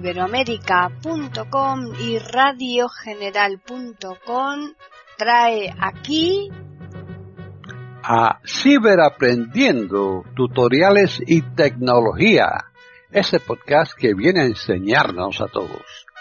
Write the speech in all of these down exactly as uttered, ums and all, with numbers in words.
iberoamérica punto com y radio general punto com trae aquí a Ciberaprendiendo, tutoriales y tecnología, ese podcast que viene a enseñarnos a todos.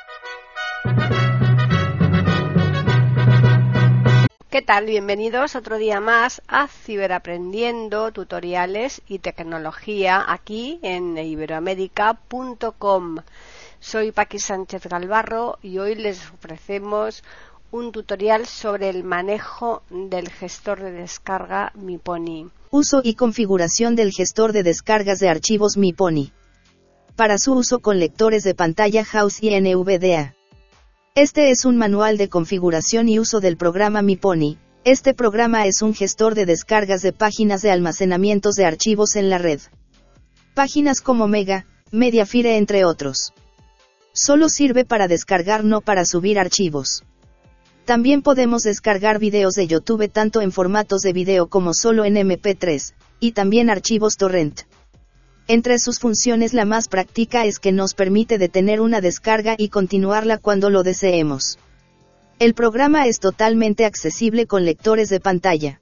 ¿Qué tal? Bienvenidos otro día más a Ciberaprendiendo, tutoriales y tecnología aquí en iberoamérica punto com. Soy Paqui Sánchez Galvarro y hoy les ofrecemos un tutorial sobre el manejo del gestor de descarga MiPony. Uso y configuración del gestor de descargas de archivos MiPony. Para su uso con lectores de pantalla House y N V D A. Este es un manual de configuración y uso del programa MiPony. Este programa es un gestor de descargas de páginas de almacenamientos de archivos en la red. Páginas como Mega, Mediafire entre otros. Solo sirve para descargar, no para subir archivos. También podemos descargar videos de YouTube tanto en formatos de video como solo en eme pe tres, y también archivos torrent. Entre sus funciones la más práctica es que nos permite detener una descarga y continuarla cuando lo deseemos. El programa es totalmente accesible con lectores de pantalla.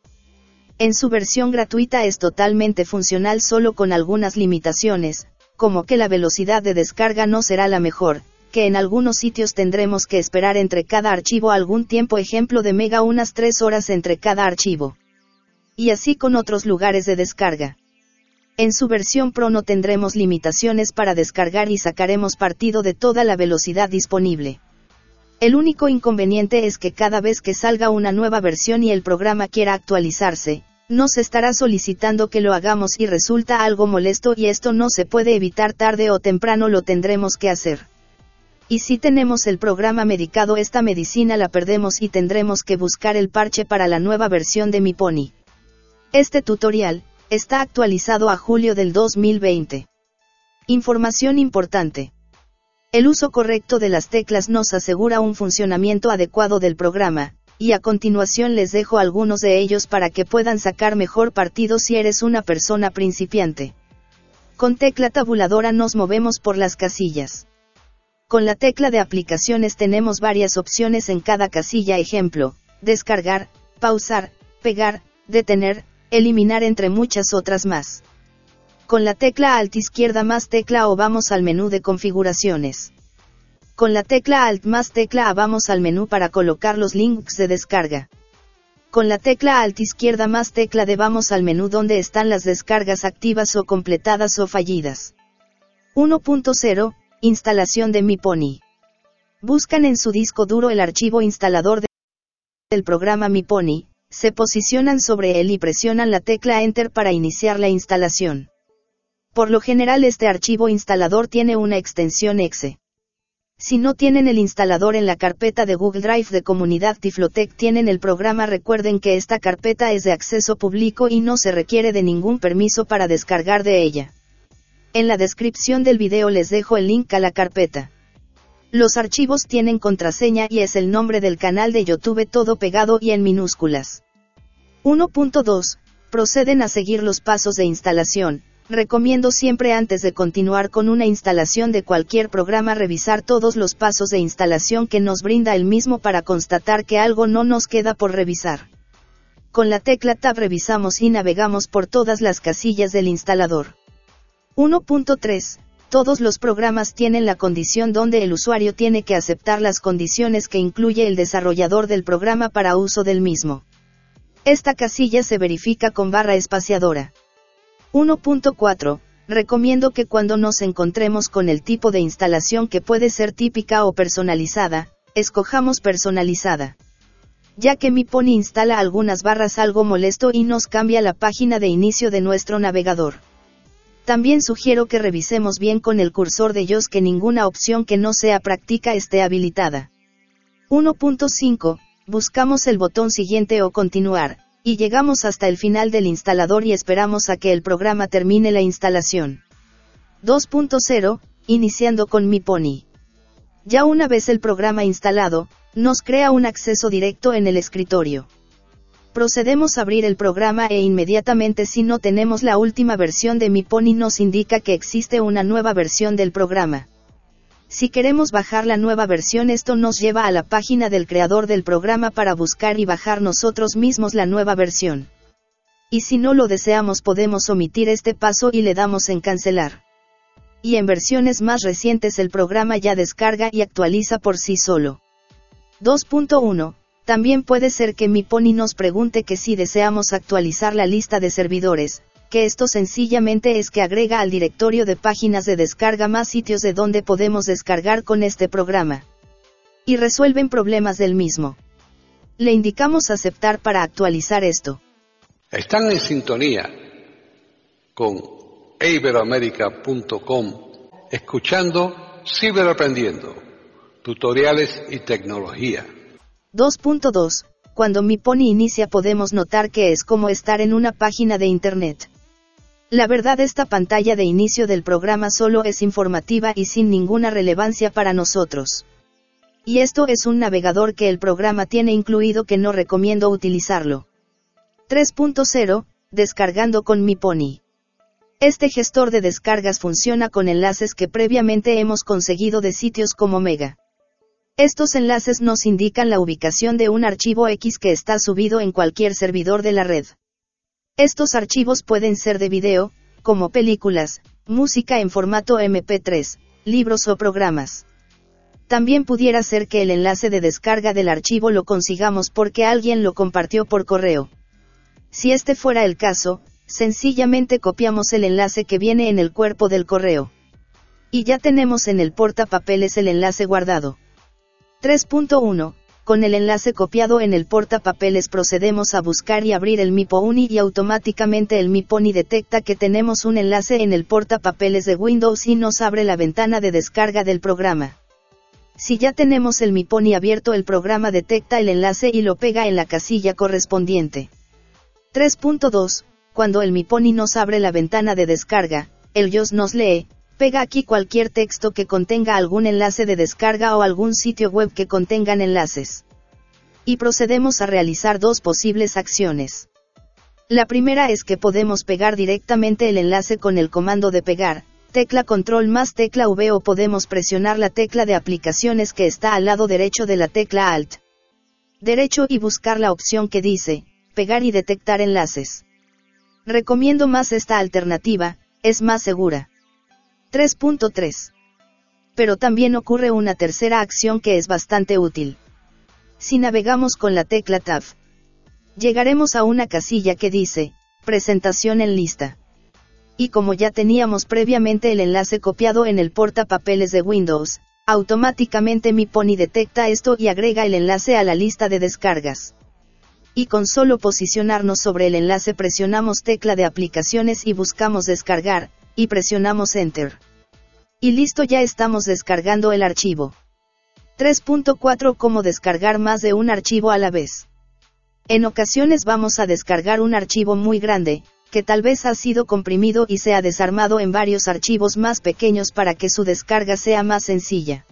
En su versión gratuita es totalmente funcional solo con algunas limitaciones, como que la velocidad de descarga no será la mejor, que en algunos sitios tendremos que esperar entre cada archivo algún tiempo, ejemplo de Mega unas tres horas entre cada archivo. Y así con otros lugares de descarga. En su versión Pro no tendremos limitaciones para descargar y sacaremos partido de toda la velocidad disponible. El único inconveniente es que cada vez que salga una nueva versión y el programa quiera actualizarse, nos estará solicitando que lo hagamos y resulta algo molesto, y esto no se puede evitar, tarde o temprano lo tendremos que hacer. Y si tenemos el programa medicado, esta medicina la perdemos y tendremos que buscar el parche para la nueva versión de MiPony. Este tutorial está actualizado a julio del dos mil veinte. Información importante. El uso correcto de las teclas nos asegura un funcionamiento adecuado del programa, y a continuación les dejo algunos de ellos para que puedan sacar mejor partido si eres una persona principiante. Con tecla tabuladora nos movemos por las casillas. Con la tecla de aplicaciones tenemos varias opciones en cada casilla, ejemplo, descargar, pausar, pegar, detener, eliminar, entre muchas otras más. Con la tecla Alt izquierda más tecla O vamos al menú de configuraciones. Con la tecla Alt más tecla A vamos al menú para colocar los links de descarga. Con la tecla Alt izquierda más tecla D vamos al menú donde están las descargas activas o completadas o fallidas. uno punto cero, instalación de MiPony. Buscan en su disco duro el archivo instalador de del programa MiPony, se posicionan sobre él y presionan la tecla Enter para iniciar la instalación. Por lo general este archivo instalador tiene una extensión exe. Si no tienen el instalador en la carpeta de Google Drive de Comunidad Tiflotec, tienen el programa. Recuerden que esta carpeta es de acceso público y no se requiere de ningún permiso para descargar de ella. En la descripción del video les dejo el link a la carpeta. Los archivos tienen contraseña y es el nombre del canal de YouTube todo pegado y en minúsculas. uno punto dos. Proceden a seguir los pasos de instalación. Recomiendo siempre antes de continuar con una instalación de cualquier programa revisar todos los pasos de instalación que nos brinda el mismo para constatar que algo no nos queda por revisar. Con la tecla Tab revisamos y navegamos por todas las casillas del instalador. uno punto tres. Todos los programas tienen la condición donde el usuario tiene que aceptar las condiciones que incluye el desarrollador del programa para uso del mismo. Esta casilla se verifica con barra espaciadora. uno punto cuatro. Recomiendo que cuando nos encontremos con el tipo de instalación que puede ser típica o personalizada, escojamos personalizada. Ya que MiPony instala algunas barras algo molesto y nos cambia la página de inicio de nuestro navegador. También sugiero que revisemos bien con el cursor de iOS que ninguna opción que no sea práctica esté habilitada. uno punto cinco. Buscamos el botón siguiente o continuar, y llegamos hasta el final del instalador y esperamos a que el programa termine la instalación. dos punto cero. Iniciando con MiPony. Ya una vez el programa instalado, nos crea un acceso directo en el escritorio. Procedemos a abrir el programa e inmediatamente, si no tenemos la última versión de MiPony, nos indica que existe una nueva versión del programa. Si queremos bajar la nueva versión, esto nos lleva a la página del creador del programa para buscar y bajar nosotros mismos la nueva versión. Y si no lo deseamos, podemos omitir este paso y le damos en cancelar. Y en versiones más recientes el programa ya descarga y actualiza por sí solo. dos punto uno. También puede ser que Mipony nos pregunte que si deseamos actualizar la lista de servidores, que esto sencillamente es que agrega al directorio de páginas de descarga más sitios de donde podemos descargar con este programa. Y resuelven problemas del mismo. Le indicamos aceptar para actualizar esto. Están en sintonía con iberoamerica punto com, escuchando Ciberaprendiendo, tutoriales y tecnología. dos punto dos. Cuando Mipony inicia podemos notar que es como estar en una página de internet. La verdad, esta pantalla de inicio del programa solo es informativa y sin ninguna relevancia para nosotros. Y esto es un navegador que el programa tiene incluido que no recomiendo utilizarlo. tres punto cero. Descargando con Mipony. Este gestor de descargas funciona con enlaces que previamente hemos conseguido de sitios como Mega. Estos enlaces nos indican la ubicación de un archivo X que está subido en cualquier servidor de la red. Estos archivos pueden ser de video, como películas, música en formato eme pe tres, libros o programas. También pudiera ser que el enlace de descarga del archivo lo consigamos porque alguien lo compartió por correo. Si este fuera el caso, sencillamente copiamos el enlace que viene en el cuerpo del correo. Y ya tenemos en el portapapeles el enlace guardado. tres punto uno. Con el enlace copiado en el portapapeles procedemos a buscar y abrir el Mipony y automáticamente el Mipony detecta que tenemos un enlace en el portapapeles de Windows y nos abre la ventana de descarga del programa. Si ya tenemos el Mipony abierto, el programa detecta el enlace y lo pega en la casilla correspondiente. tres punto dos. Cuando el Mipony nos abre la ventana de descarga, el I O S nos lee, pega aquí cualquier texto que contenga algún enlace de descarga o algún sitio web que contengan enlaces. Y procedemos a realizar dos posibles acciones. La primera es que podemos pegar directamente el enlace con el comando de pegar, tecla control más tecla V, o podemos presionar la tecla de aplicaciones que está al lado derecho de la tecla Alt derecho y buscar la opción que dice, pegar y detectar enlaces. Recomiendo más esta alternativa, es más segura. tres punto tres. Pero también ocurre una tercera acción que es bastante útil. Si navegamos con la tecla Tab, llegaremos a una casilla que dice, presentación en lista. Y como ya teníamos previamente el enlace copiado en el portapapeles de Windows, automáticamente Mipony detecta esto y agrega el enlace a la lista de descargas. Y con solo posicionarnos sobre el enlace presionamos tecla de aplicaciones y buscamos descargar, y presionamos Enter. Y listo, ya estamos descargando el archivo. tres punto cuatro. Cómo descargar más de un archivo a la vez. En ocasiones vamos a descargar un archivo muy grande, que tal vez ha sido comprimido y se ha desarmado en varios archivos más pequeños para que su descarga sea más sencilla.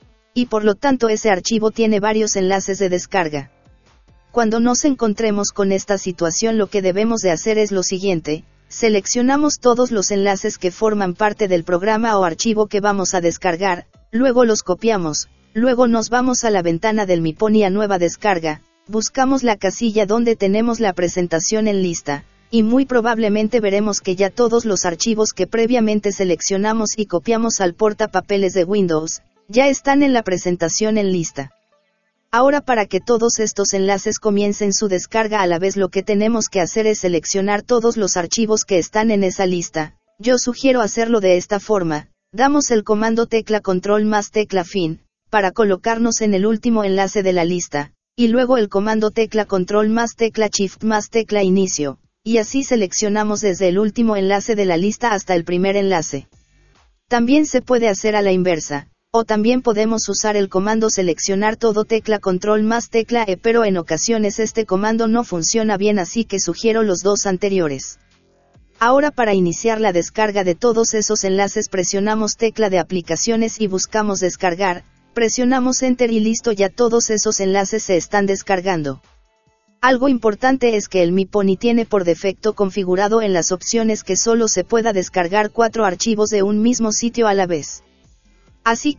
Y por lo tanto ese archivo tiene varios enlaces de descarga. Cuando nos encontremos con esta situación, lo que debemos de hacer es lo siguiente: seleccionamos todos los enlaces que forman parte del programa o archivo que vamos a descargar, luego los copiamos, luego nos vamos a la ventana del Mipony a nueva descarga, buscamos la casilla donde tenemos la presentación en lista, y muy probablemente veremos que ya todos los archivos que previamente seleccionamos y copiamos al portapapeles de Windows, ya están en la presentación en lista. Ahora, para que todos estos enlaces comiencen su descarga a la vez, lo que tenemos que hacer es seleccionar todos los archivos que están en esa lista. Yo sugiero hacerlo de esta forma: damos el comando tecla control más tecla fin, para colocarnos en el último enlace de la lista, y luego el comando tecla control más tecla shift más tecla inicio, y así seleccionamos desde el último enlace de la lista hasta el primer enlace. También se puede hacer a la inversa. O también podemos usar el comando seleccionar todo tecla control más tecla E, pero en ocasiones este comando no funciona bien, así que sugiero los dos anteriores. Ahora, para iniciar la descarga de todos esos enlaces, presionamos tecla de aplicaciones y buscamos descargar, presionamos Enter y listo, ya todos esos enlaces se están descargando. Algo importante es que el Mipony tiene por defecto configurado en las opciones que solo se pueda descargar cuatro archivos de un mismo sitio a la vez. Así que,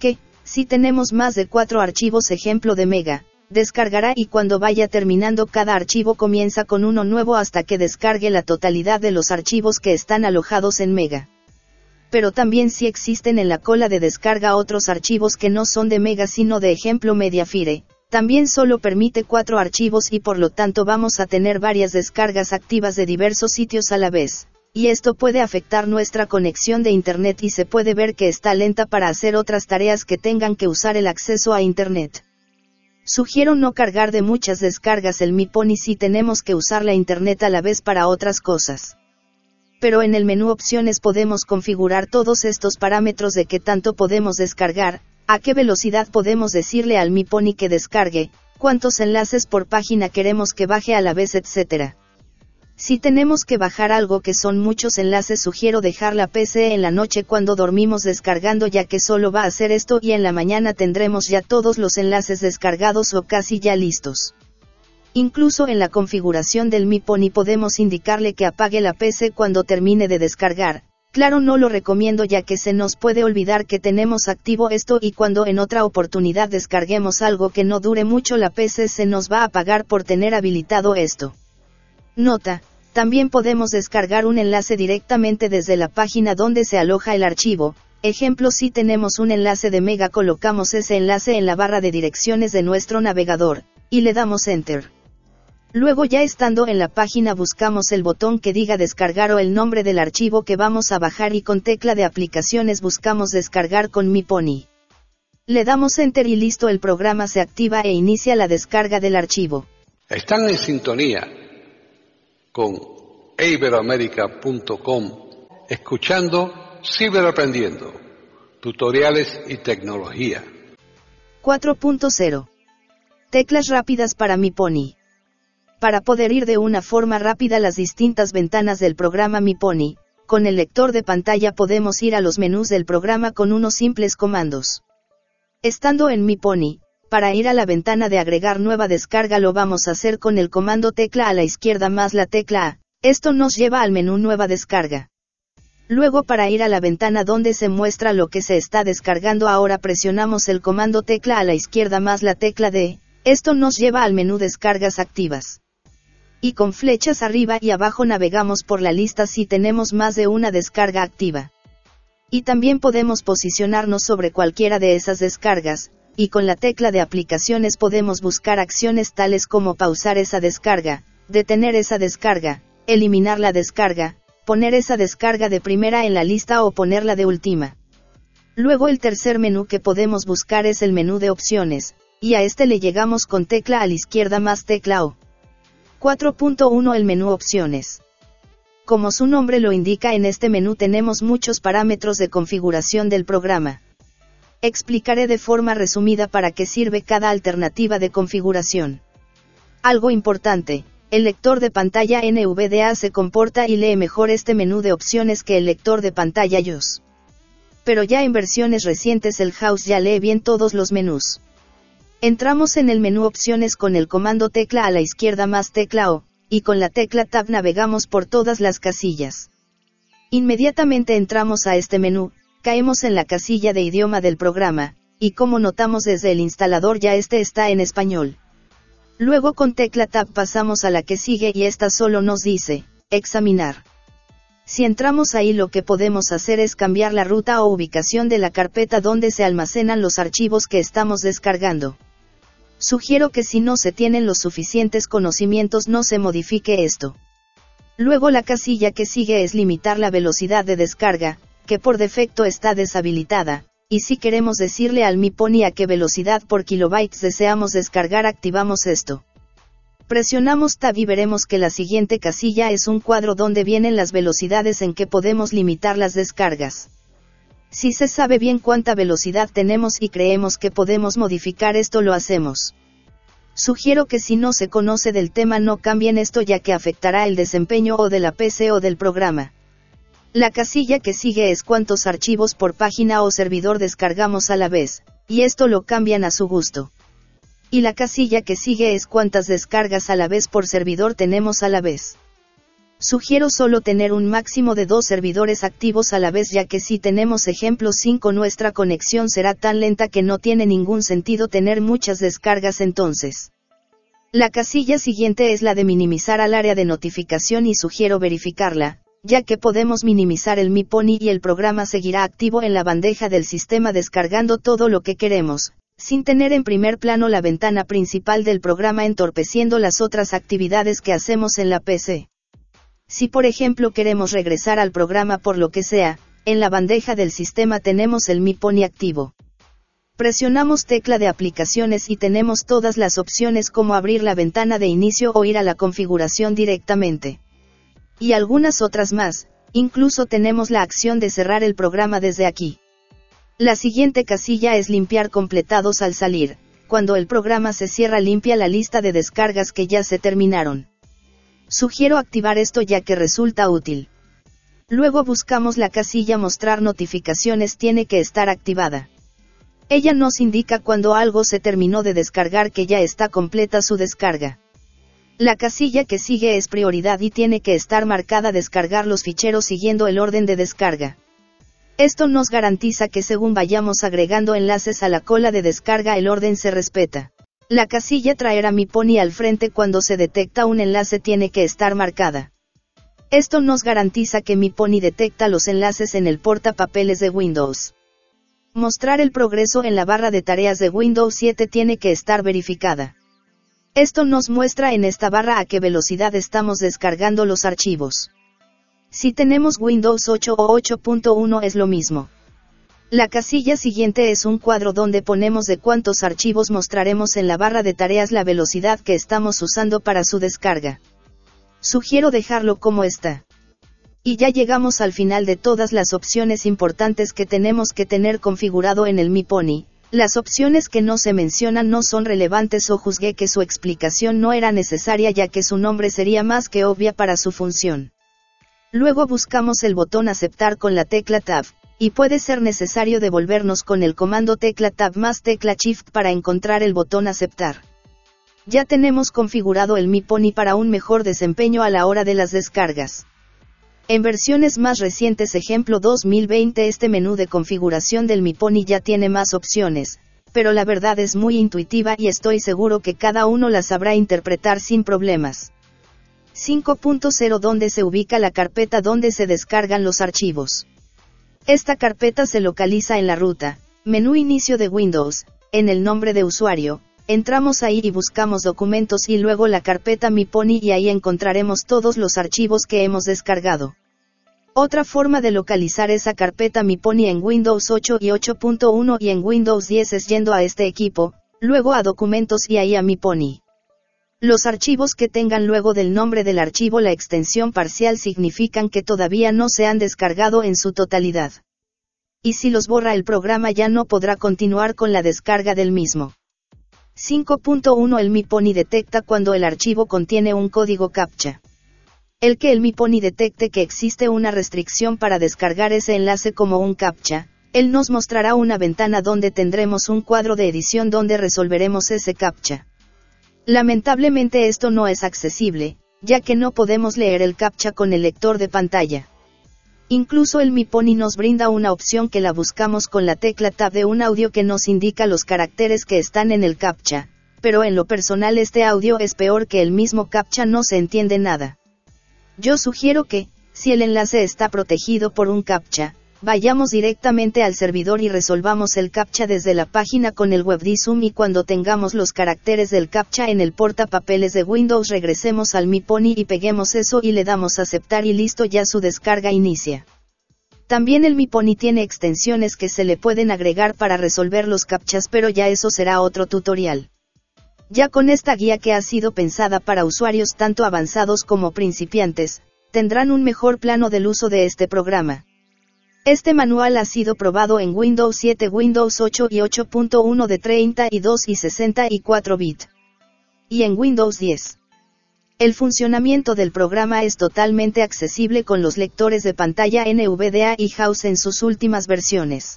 Si tenemos más de cuatro archivos ejemplo de Mega, descargará y cuando vaya terminando cada archivo comienza con uno nuevo hasta que descargue la totalidad de los archivos que están alojados en Mega. Pero también si existen en la cola de descarga otros archivos que no son de Mega sino de ejemplo Mediafire, también solo permite cuatro archivos y por lo tanto vamos a tener varias descargas activas de diversos sitios a la vez, y esto puede afectar nuestra conexión de Internet y se puede ver que está lenta para hacer otras tareas que tengan que usar el acceso a Internet. Sugiero no cargar de muchas descargas el Mi Pony si tenemos que usar la Internet a la vez para otras cosas. Pero en el menú opciones podemos configurar todos estos parámetros de qué tanto podemos descargar, a qué velocidad podemos decirle al Mi Pony que descargue, cuántos enlaces por página queremos que baje a la vez, etcétera. Si tenemos que bajar algo que son muchos enlaces, sugiero dejar la P C en la noche cuando dormimos descargando, ya que solo va a hacer esto y en la mañana tendremos ya todos los enlaces descargados o casi ya listos. Incluso en la configuración del Mi Pony podemos indicarle que apague la P C cuando termine de descargar. Claro, no lo recomiendo ya que se nos puede olvidar que tenemos activo esto y cuando en otra oportunidad descarguemos algo que no dure mucho la P C se nos va a apagar por tener habilitado esto. Nota: también podemos descargar un enlace directamente desde la página donde se aloja el archivo. Ejemplo, si tenemos un enlace de Mega, colocamos ese enlace en la barra de direcciones de nuestro navegador, y le damos Enter. Luego, ya estando en la página, buscamos el botón que diga descargar o el nombre del archivo que vamos a bajar y con tecla de aplicaciones buscamos descargar con Mi Pony. Le damos Enter y listo, el programa se activa e inicia la descarga del archivo. Están en sintonía con iberoamerica punto com, escuchando Ciberaprendiendo, tutoriales y tecnología. cuatro punto cero. Teclas rápidas para Mi Pony. Para poder ir de una forma rápida a las distintas ventanas del programa Mi Pony, con el lector de pantalla podemos ir a los menús del programa con unos simples comandos. Estando en Mi Pony, para ir a la ventana de agregar nueva descarga lo vamos a hacer con el comando tecla a la izquierda más la tecla A, esto nos lleva al menú nueva descarga. Luego, para ir a la ventana donde se muestra lo que se está descargando ahora presionamos el comando tecla a la izquierda más la tecla D, esto nos lleva al menú descargas activas. Y con flechas arriba y abajo navegamos por la lista si tenemos más de una descarga activa. Y también podemos posicionarnos sobre cualquiera de esas descargas, y con la tecla de aplicaciones podemos buscar acciones tales como pausar esa descarga, detener esa descarga, eliminar la descarga, poner esa descarga de primera en la lista o ponerla de última. Luego, el tercer menú que podemos buscar es el menú de opciones, y a este le llegamos con tecla a la izquierda más tecla O. cuatro punto uno El menú opciones. Como su nombre lo indica, en este menú tenemos muchos parámetros de configuración del programa. Explicaré de forma resumida para qué sirve cada alternativa de configuración. Algo importante: el lector de pantalla N V D A se comporta y lee mejor este menú de opciones que el lector de pantalla iOS. Pero ya en versiones recientes el House ya lee bien todos los menús. Entramos en el menú opciones con el comando tecla a la izquierda más tecla O, y con la tecla Tab navegamos por todas las casillas. Inmediatamente entramos a este menú, caemos en la casilla de idioma del programa, y como notamos desde el instalador ya este está en español. Luego con tecla Tab pasamos a la que sigue y esta solo nos dice, examinar. Si entramos ahí lo que podemos hacer es cambiar la ruta o ubicación de la carpeta donde se almacenan los archivos que estamos descargando. Sugiero que si no se tienen los suficientes conocimientos no se modifique esto. Luego la casilla que sigue es limitar la velocidad de descarga, que por defecto está deshabilitada, y si queremos decirle al Mi Pony a qué velocidad por kilobytes deseamos descargar activamos esto. Presionamos Tab y veremos que la siguiente casilla es un cuadro donde vienen las velocidades en que podemos limitar las descargas. Si se sabe bien cuánta velocidad tenemos y creemos que podemos modificar esto lo hacemos. Sugiero que si no se conoce del tema no cambien esto ya que afectará el desempeño o de la P C o del programa. La casilla que sigue es cuántos archivos por página o servidor descargamos a la vez, y esto lo cambian a su gusto. Y la casilla que sigue es cuántas descargas a la vez por servidor tenemos a la vez. Sugiero solo tener un máximo de dos servidores activos a la vez, ya que si tenemos ejemplo cinco nuestra conexión será tan lenta que no tiene ningún sentido tener muchas descargas entonces. La casilla siguiente es la de minimizar al área de notificación y sugiero verificarla, ya que podemos minimizar el Mi Pony y el programa seguirá activo en la bandeja del sistema descargando todo lo que queremos, sin tener en primer plano la ventana principal del programa entorpeciendo las otras actividades que hacemos en la P C. Si por ejemplo queremos regresar al programa por lo que sea, en la bandeja del sistema tenemos el Mi Pony activo. Presionamos tecla de aplicaciones y tenemos todas las opciones como abrir la ventana de inicio o ir a la configuración directamente. Y algunas otras más, incluso tenemos la acción de cerrar el programa desde aquí. La siguiente casilla es limpiar completados al salir, cuando el programa se cierra limpia la lista de descargas que ya se terminaron. Sugiero activar esto ya que resulta útil. Luego buscamos la casilla mostrar notificaciones tiene que estar activada. Ella nos indica cuando algo se terminó de descargar que ya está completa su descarga. La casilla que sigue es prioridad y tiene que estar marcada descargar los ficheros siguiendo el orden de descarga. Esto nos garantiza que según vayamos agregando enlaces a la cola de descarga el orden se respeta. La casilla traer a Mi Pony al frente cuando se detecta un enlace tiene que estar marcada. Esto nos garantiza que Mi Pony detecta los enlaces en el portapapeles de Windows. Mostrar el progreso en la barra de tareas de Windows siete tiene que estar verificada. Esto nos muestra en esta barra a qué velocidad estamos descargando los archivos. Si tenemos Windows ocho o ocho punto uno es lo mismo. La casilla siguiente es un cuadro donde ponemos de cuántos archivos mostraremos en la barra de tareas la velocidad que estamos usando para su descarga. Sugiero dejarlo como está. Y ya llegamos al final de todas las opciones importantes que tenemos que tener configurado en el Mi Pony. Las opciones que no se mencionan no son relevantes o juzgué que su explicación no era necesaria ya que su nombre sería más que obvia para su función. Luego buscamos el botón aceptar con la tecla Tab. Y puede ser necesario devolvernos con el comando tecla Tab más tecla Shift para encontrar el botón aceptar. Ya tenemos configurado el Mi Pony para un mejor desempeño a la hora de las descargas. En versiones más recientes ejemplo dos mil veinte este menú de configuración del Mi Pony ya tiene más opciones, pero la verdad es muy intuitiva y estoy seguro que cada uno la sabrá interpretar sin problemas. cinco punto cero donde se ubica la carpeta donde se descargan los archivos. Esta carpeta se localiza en la ruta, menú inicio de Windows, en el nombre de usuario, entramos ahí y buscamos documentos y luego la carpeta Mi Pony y ahí encontraremos todos los archivos que hemos descargado. Otra forma de localizar esa carpeta Mi Pony en Windows ocho y ocho punto uno y en Windows diez es yendo a este equipo, luego a documentos y ahí a Mi Pony. Los archivos que tengan luego del nombre del archivo la extensión parcial significan que todavía no se han descargado en su totalidad. Y si los borra el programa ya no podrá continuar con la descarga del mismo. cinco punto uno El Mi Pony detecta cuando el archivo contiene un código captcha. El que el Mi Pony detecte que existe una restricción para descargar ese enlace como un captcha, él nos mostrará una ventana donde tendremos un cuadro de edición donde resolveremos ese captcha. Lamentablemente esto no es accesible, ya que no podemos leer el captcha con el lector de pantalla. Incluso el Mi Pony nos brinda una opción que la buscamos con la tecla Tab de un audio que nos indica los caracteres que están en el captcha, pero en lo personal este audio es peor que el mismo captcha no se entiende nada. Yo sugiero que, si el enlace está protegido por un captcha, vayamos directamente al servidor y resolvamos el captcha desde la página con el WebDSum y cuando tengamos los caracteres del captcha en el portapapeles de Windows regresemos al Mi Pony y peguemos eso y le damos a aceptar y listo ya su descarga inicia. También el Mi Pony tiene extensiones que se le pueden agregar para resolver los captchas pero ya eso será otro tutorial. Ya con esta guía que ha sido pensada para usuarios tanto avanzados como principiantes, tendrán un mejor plano del uso de este programa. Este manual ha sido probado en Windows siete, Windows ocho y ocho punto uno de treinta y dos y sesenta y cuatro bits. Y en Windows diez. El funcionamiento del programa es totalmente accesible con los lectores de pantalla N V D A y House en sus últimas versiones.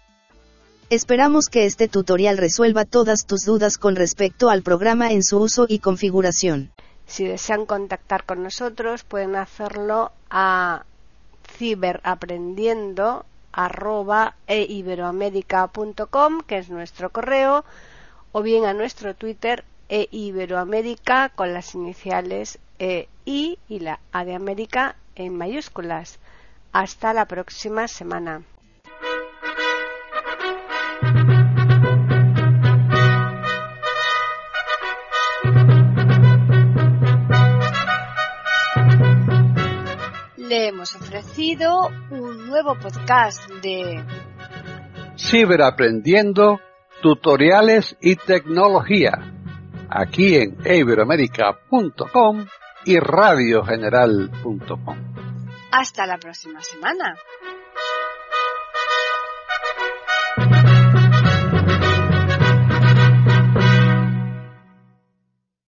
Esperamos que este tutorial resuelva todas tus dudas con respecto al programa en su uso y configuración. Si desean contactar con nosotros, pueden hacerlo a ciberaprendiendo arroba eiberoamerica punto com, que es nuestro correo, o bien a nuestro Twitter eiberoamerica con las iniciales E I y la A de América en mayúsculas. Hasta la próxima semana. Le hemos ofrecido un nuevo podcast de Ciberaprendiendo, tutoriales y tecnología, aquí en eiberoamerica punto com y radio general punto com. Hasta la próxima semana.